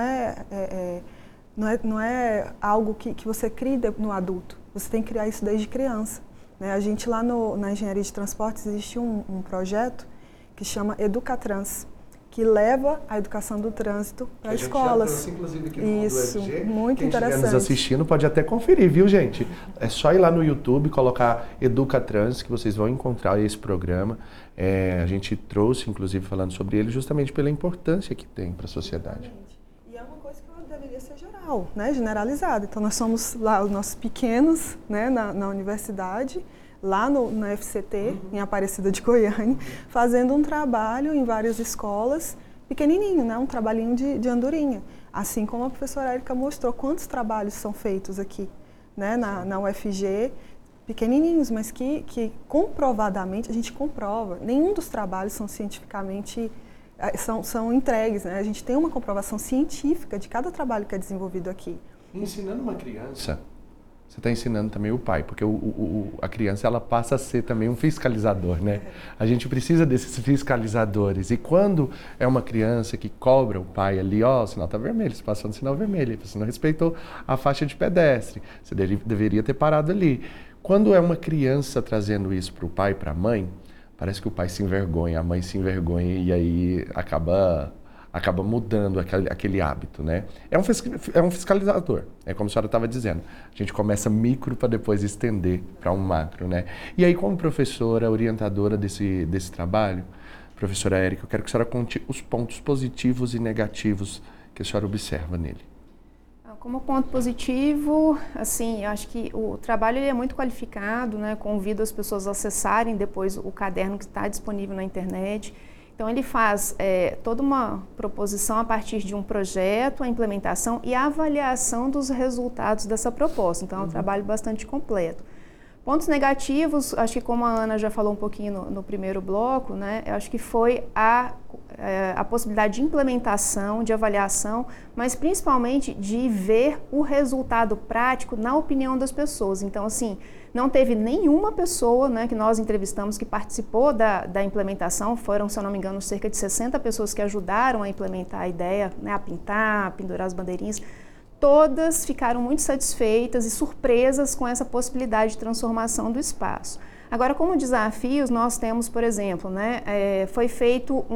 é algo que você cria no adulto. Você tem que criar isso desde criança. Né? A gente lá na Engenharia de Transportes existe um projeto que chama Educatrans, que leva a educação do trânsito para escolas. Já trouxe, inclusive, aqui no isso, UFG. muito Quem interessante. estiver nos assistindo pode até conferir, viu, gente? É só ir lá no YouTube, colocar Educatrans, que vocês vão encontrar esse programa. A gente trouxe, inclusive, falando sobre ele, justamente pela importância que tem para a sociedade. E é uma coisa que deveria ser geral, né? Generalizada. Então, nós somos lá os nossos pequenos, né, na universidade, lá na FCT, em Aparecida de Goiânia, fazendo um trabalho em várias escolas, pequenininho, né? Um trabalhinho de andorinha. Assim como a professora Érica mostrou quantos trabalhos são feitos aqui, né? Na UFG, pequenininhos, mas que comprovadamente, a gente comprova, nenhum dos trabalhos são cientificamente, são entregues, né? A gente tem uma comprovação científica de cada trabalho que é desenvolvido aqui. Ensinando uma criança, você está ensinando também o pai, porque a criança ela passa a ser também um fiscalizador, né? A gente precisa desses fiscalizadores. E quando é uma criança que cobra o pai ali, o sinal está vermelho, você passou no sinal vermelho, você não respeitou a faixa de pedestre, você deveria ter parado ali. Quando é uma criança trazendo isso para o pai e para a mãe, parece que o pai se envergonha, a mãe se envergonha e aí acaba acaba mudando aquele hábito, né? É um fiscalizador, é como a senhora estava dizendo. A gente começa micro para depois estender para um macro, né? E aí, como professora, orientadora desse trabalho, professora Érica, eu quero que a senhora conte os pontos positivos e negativos que a senhora observa nele. Como ponto positivo, assim, eu acho que o trabalho ele é muito qualificado, né? Convido as pessoas a acessarem depois o caderno que está disponível na internet. Então, ele faz toda uma proposição a partir de um projeto, a implementação e a avaliação dos resultados dessa proposta. Então, é um trabalho bastante completo. Pontos negativos, acho que como a Ana já falou um pouquinho no primeiro bloco, né, eu acho que foi a possibilidade de implementação, de avaliação, mas principalmente de ver o resultado prático na opinião das pessoas. Então, assim, não teve nenhuma pessoa, né, que nós entrevistamos que participou da implementação, foram, se eu não me engano, cerca de 60 pessoas que ajudaram a implementar a ideia, né, a pintar, a pendurar as bandeirinhas. Todas ficaram muito satisfeitas e surpresas com essa possibilidade de transformação do espaço. Agora, como desafios, nós temos, por exemplo, né, foi feito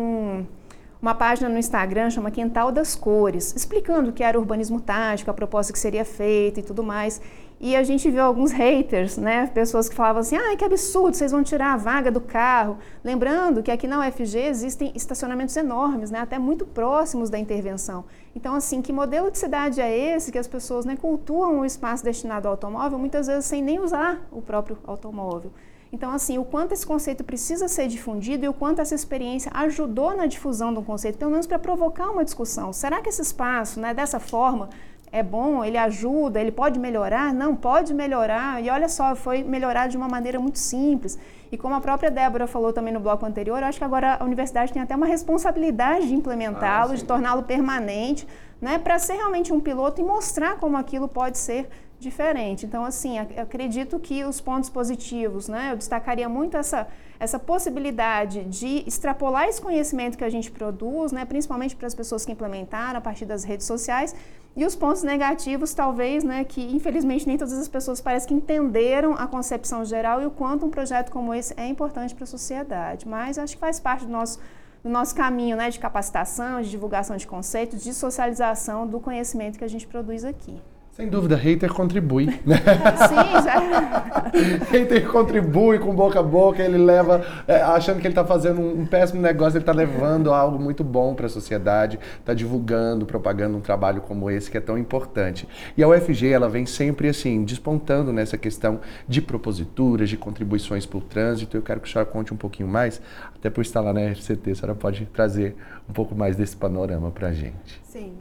uma página no Instagram, chama Quintal das Cores, explicando o que era o urbanismo tático, a proposta que seria feita e tudo mais. E a gente viu alguns haters, né, pessoas que falavam assim, que absurdo, vocês vão tirar a vaga do carro. Lembrando que aqui na UFG existem estacionamentos enormes, né, até muito próximos da intervenção. Então, assim, que modelo de cidade é esse que as pessoas, né, cultuam o espaço destinado ao automóvel, muitas vezes sem nem usar o próprio automóvel. Então, assim, o quanto esse conceito precisa ser difundido e o quanto essa experiência ajudou na difusão do conceito, pelo menos para provocar uma discussão. Será que esse espaço, né, dessa forma, é bom, ele ajuda, ele pode melhorar? Não, pode melhorar. E olha só, foi melhorado de uma maneira muito simples. E como a própria Débora falou também no bloco anterior, eu acho que agora a universidade tem até uma responsabilidade de implementá-lo, de torná-lo permanente, né, para ser realmente um piloto e mostrar como aquilo pode ser diferente. Então, assim, eu acredito que os pontos positivos, né, eu destacaria muito essa possibilidade de extrapolar esse conhecimento que a gente produz, né, principalmente para as pessoas que implementaram a partir das redes sociais, e os pontos negativos, talvez, né, que infelizmente nem todas as pessoas parece que entenderam a concepção geral e o quanto um projeto como esse é importante para a sociedade. Mas acho que faz parte do nosso caminho, né, de capacitação, de divulgação de conceitos, de socialização do conhecimento que a gente produz aqui. Sem dúvida, hater contribui, né? Sim, já. Hater contribui com boca a boca, ele leva, achando que ele está fazendo um péssimo negócio, ele está levando algo muito bom para a sociedade, está divulgando, propagando um trabalho como esse que é tão importante. E a UFG, ela vem sempre assim, despontando nessa questão de proposituras, de contribuições para o trânsito. Eu quero que a senhora conte um pouquinho mais, até por estar lá na RCT, a senhora pode trazer um pouco mais desse panorama para a gente. Sim,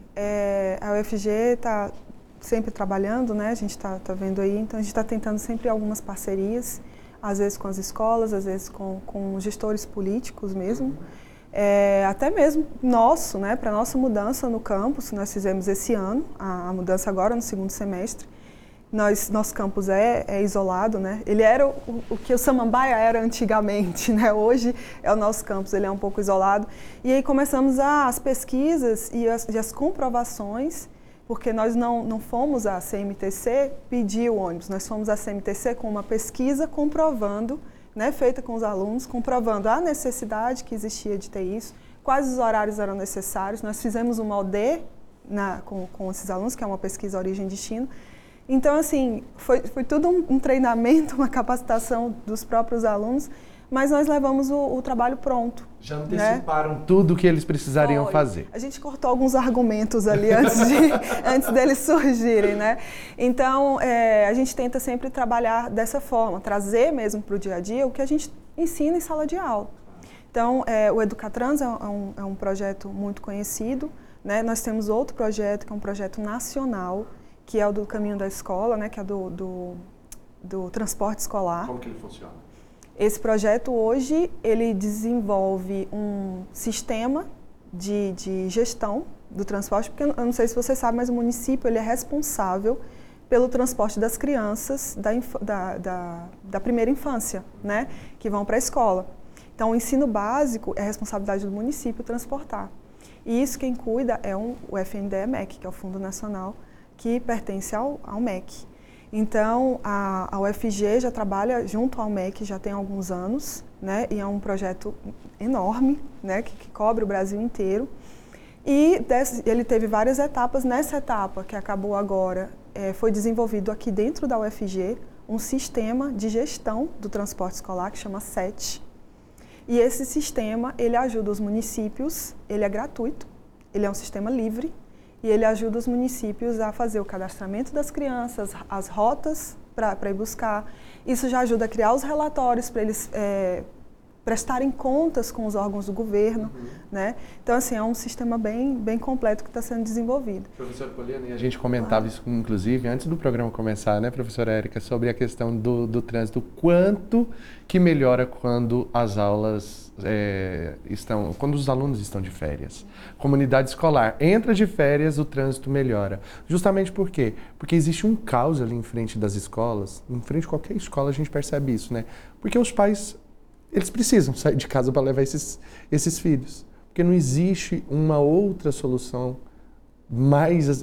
a UFG está sempre trabalhando, né? A gente está vendo aí, então a gente está tentando sempre algumas parcerias, às vezes com as escolas, às vezes com gestores políticos mesmo, até mesmo nosso, né? Para a nossa mudança no campus, nós fizemos esse ano, a mudança agora no segundo semestre. Nosso campus é isolado, né? Ele era o que o Samambaia era antigamente, né? Hoje é o nosso campus, ele é um pouco isolado. E aí começamos as pesquisas e as comprovações, porque nós não fomos à CMTC pedir o ônibus, nós fomos à CMTC com uma pesquisa comprovando, né, feita com os alunos, comprovando a necessidade que existia de ter isso, quais os horários eram necessários. Nós fizemos uma OD com esses alunos, que é uma pesquisa origem e destino. Então, assim, foi tudo um treinamento, uma capacitação dos próprios alulos, mas nós levamos o trabalho pronto. Já anteciparam, né, tudo o que eles precisariam fazer. A gente cortou alguns argumentos ali antes deles surgirem, né? Então, a gente tenta sempre trabalhar dessa forma, trazer mesmo para o dia a dia o que a gente ensina em sala de aula. Então, o Educatrans é um projeto muito conhecido, né? Nós temos outro projeto, que é um projeto nacional, que é o do Caminho da Escola, né? Que é do transporte escolar. Como que ele funciona? Esse projeto hoje, ele desenvolve um sistema de gestão do transporte, porque eu não sei se você sabe, mas o município ele é responsável pelo transporte das crianças da primeira infância, né, que vão para a escola. Então, o ensino básico é responsabilidade do município transportar. E isso quem cuida é o FNDE-MEC, que é o Fundo Nacional, que pertence ao MEC. Então, a UFG já trabalha junto ao MEC já tem alguns anos, né? E é um projeto enorme, né? Que cobre o Brasil inteiro. E ele teve várias etapas. Nessa etapa, que acabou agora, foi desenvolvido aqui dentro da UFG um sistema de gestão do transporte escolar que chama SET. E esse sistema, ele ajuda os municípios, ele é gratuito, ele é um sistema livre, e ele ajuda os municípios a fazer o cadastramento das crianças, as rotas para ir buscar. Isso já ajuda a criar os relatórios para eles prestarem contas com os órgãos do governo, né? Então, assim, é um sistema bem completo que está sendo desenvolvido. Professora Poliana, e a gente comentava isso, inclusive, antes do programa começar, né, professora Érica, sobre a questão do trânsito, quanto que melhora quando as aulas quando os alunos estão de férias. Comunidade escolar entra de férias, o trânsito melhora. Justamente por quê? Porque existe um caos ali em frente das escolas, em frente de qualquer escola a gente percebe isso, né? Porque os pais, eles precisam sair de casa para levar esses filhos. Porque não existe uma outra solução mais...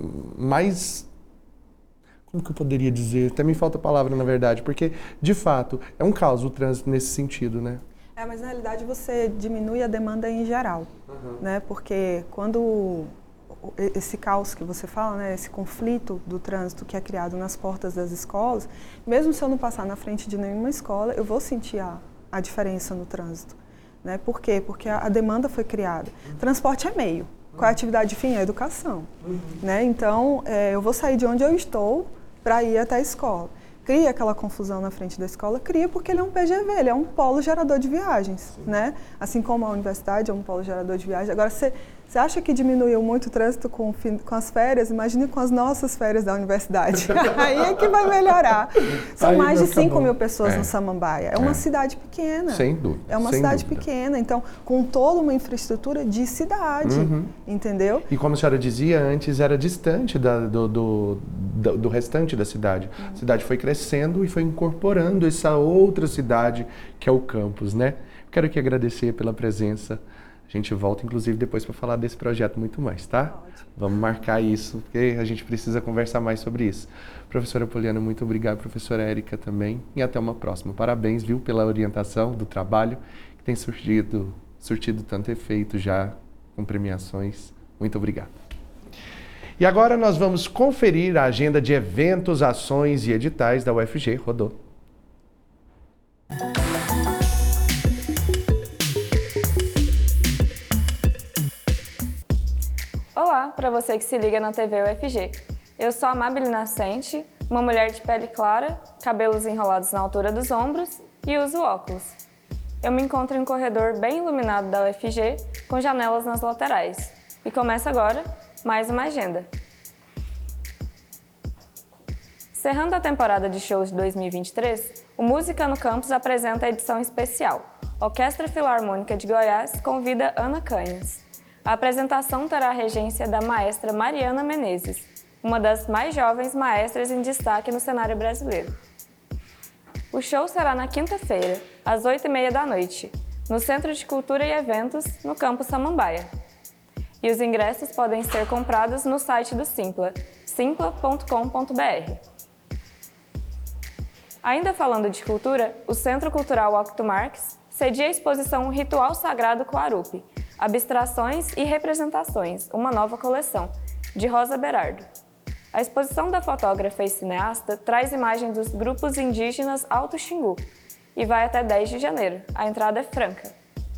Como que eu poderia dizer? Até me falta a palavra, na verdade. Porque, de fato, é um caos o trânsito nesse sentido, né? Mas na realidade você diminui a demanda em geral, né? Porque quando esse caos que você fala, né, esse conflito do trânsito que é criado nas portas das escolas, mesmo se eu não passar na frente de nenhuma escola, eu vou sentir a diferença no trânsito, né? Por quê? Porque a demanda foi criada. Transporte é meio. Qual é a atividade fim? É a educação, né? Então, eu vou sair de onde eu estou para ir até a escola. Cria aquela confusão na frente da escola? Cria, porque ele é um PGV, ele é um polo gerador de viagens, né? Assim como a universidade é um polo gerador de viagens. Agora, você acha que diminuiu muito o trânsito com as férias? Imagine com as nossas férias da universidade. Aí é que vai melhorar. São aí mais de 5.000 pessoas no Samambaia. É uma cidade pequena. Sem dúvida. É uma cidade pequena. Então, com toda uma infraestrutura de cidade, entendeu? E como a senhora dizia antes, era distante do restante da cidade. A cidade foi crescendo e foi incorporando essa outra cidade que é o campus, né? Quero aqui agradecer pela presença. A gente volta, inclusive, depois para falar desse projeto muito mais, tá? Ótimo. Vamos marcar isso, porque a gente precisa conversar mais sobre isso. Professora Poliana, muito obrigado. Professora Érica também. E até uma próxima. Parabéns, viu, pela orientação do trabalho, que tem surtido tanto efeito já com premiações. Muito obrigado. E agora nós vamos conferir a agenda de eventos, ações e editais da UFG. Rodou. Olá, para você que se liga na TV UFG. Eu sou a Amabile Nascente, uma mulher de pele clara, cabelos enrolados na altura dos ombros e uso óculos. Eu me encontro em um corredor bem iluminado da UFG, com janelas nas laterais. E começa agora mais uma agenda. Encerrando a temporada de shows de 2023, o Música no Campus apresenta a edição especial. A Orquestra Filarmônica de Goiás convida Ana Canhas. A apresentação terá a regência da maestra Mariana Menezes, uma das mais jovens maestras em destaque no cenário brasileiro. O show será na quinta-feira, às 8h30 da noite, no Centro de Cultura e Eventos, no Campus Samambaia. E os ingressos podem ser comprados no site do Simpla, simpla.com.br. Ainda falando de cultura, o Centro Cultural Octo Marx cedia a exposição Ritual Sagrado Coarupi, Abstrações e Representações, uma nova coleção, de Rosa Berardo. A exposição da fotógrafa e cineasta traz imagens dos grupos indígenas Alto Xingu e vai até 10 de janeiro. A entrada é franca.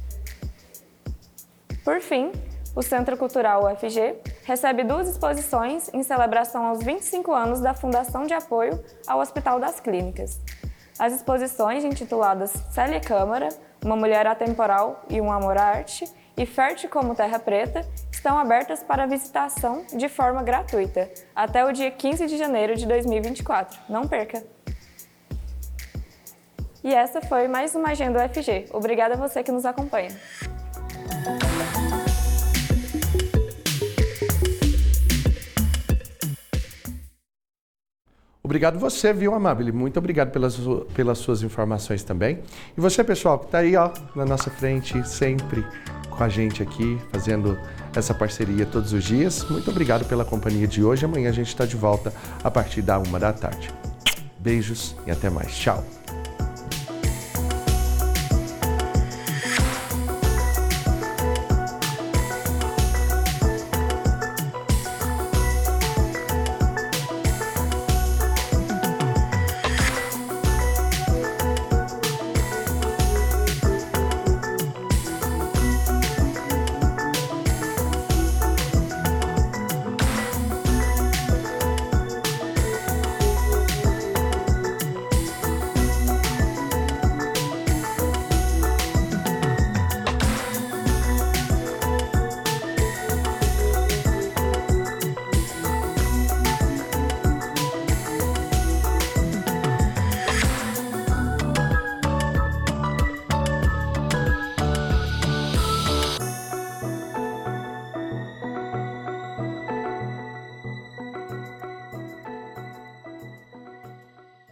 Por fim, o Centro Cultural UFG recebe 2 exposições em celebração aos 25 anos da Fundação de Apoio ao Hospital das Clínicas. As exposições, intituladas Célia Câmara, Uma Mulher Atemporal e um Amor à Arte, e Fértil como Terra Preta, estão abertas para visitação de forma gratuita, até o dia 15 de janeiro de 2024. Não perca! E essa foi mais uma Agenda UFG. Obrigada a você que nos acompanha. Obrigado você, viu, Amabile? Muito obrigado pelas suas informações também. E você, pessoal, que está aí, ó, na nossa frente, sempre com a gente aqui, fazendo essa parceria todos os dias. Muito obrigado pela companhia de hoje. Amanhã a gente está de volta a partir da 1h da tarde. Beijos e até mais. Tchau!